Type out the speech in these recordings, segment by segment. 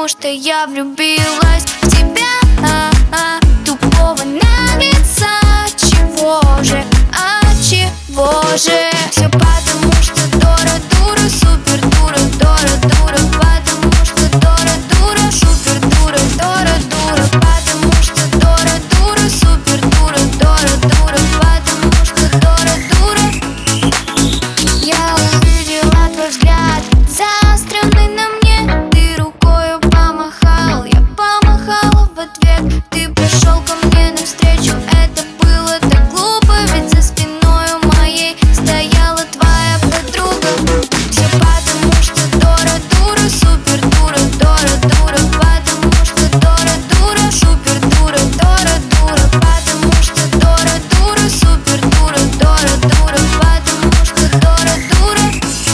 потому что я влюбилась в тебя, тупого наглеца. Чего же, чего же? Все потому что Дора дура, супер дура, Дора дура. Потому что Дора дура, супер дура, Дора дура. Потому что Дора дура, супер дура, Дора дура. Потому что Дора дура. Я увидела твой взгляд, заостренный на мне. Ты рукою помахал, я помахала в ответ. Ты пришел ко мне навстречу, это было так глупо, ведь за спиною моей стояла твоя подруга. Все потому что Дора дура, супер дура, Дора дура. Потому что Дора дура, супер дура, Дора дура. Потому что Дора дура, супер дура, Дора дура. Потому что Дора дура.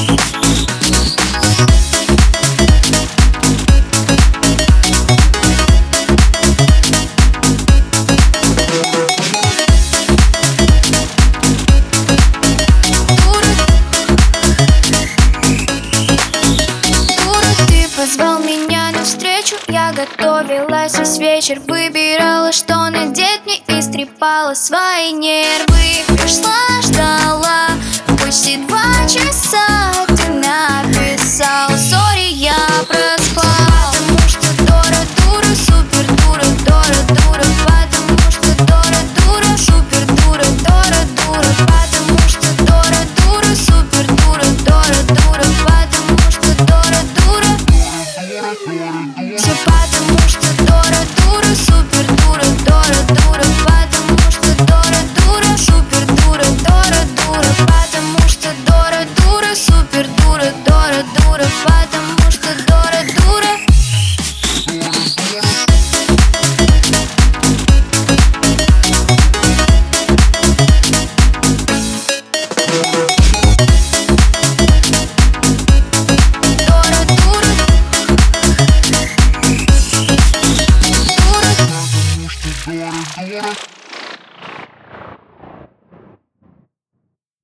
Ты позвал меня навстречу, я готовилась весь вечер, выбирала, что надеть мне, и стрепала свои нервы. Пришла, ждала почти 2 часа, ты написал: сори, я проспал. Потому что Дора дура, супер дура, Дора дура. Потому что Дора дура, супер дура, Дора дура. Потому что Дора дура, супер дура, Дора дура. Потому что Дора дура. Все потому что Дора дура.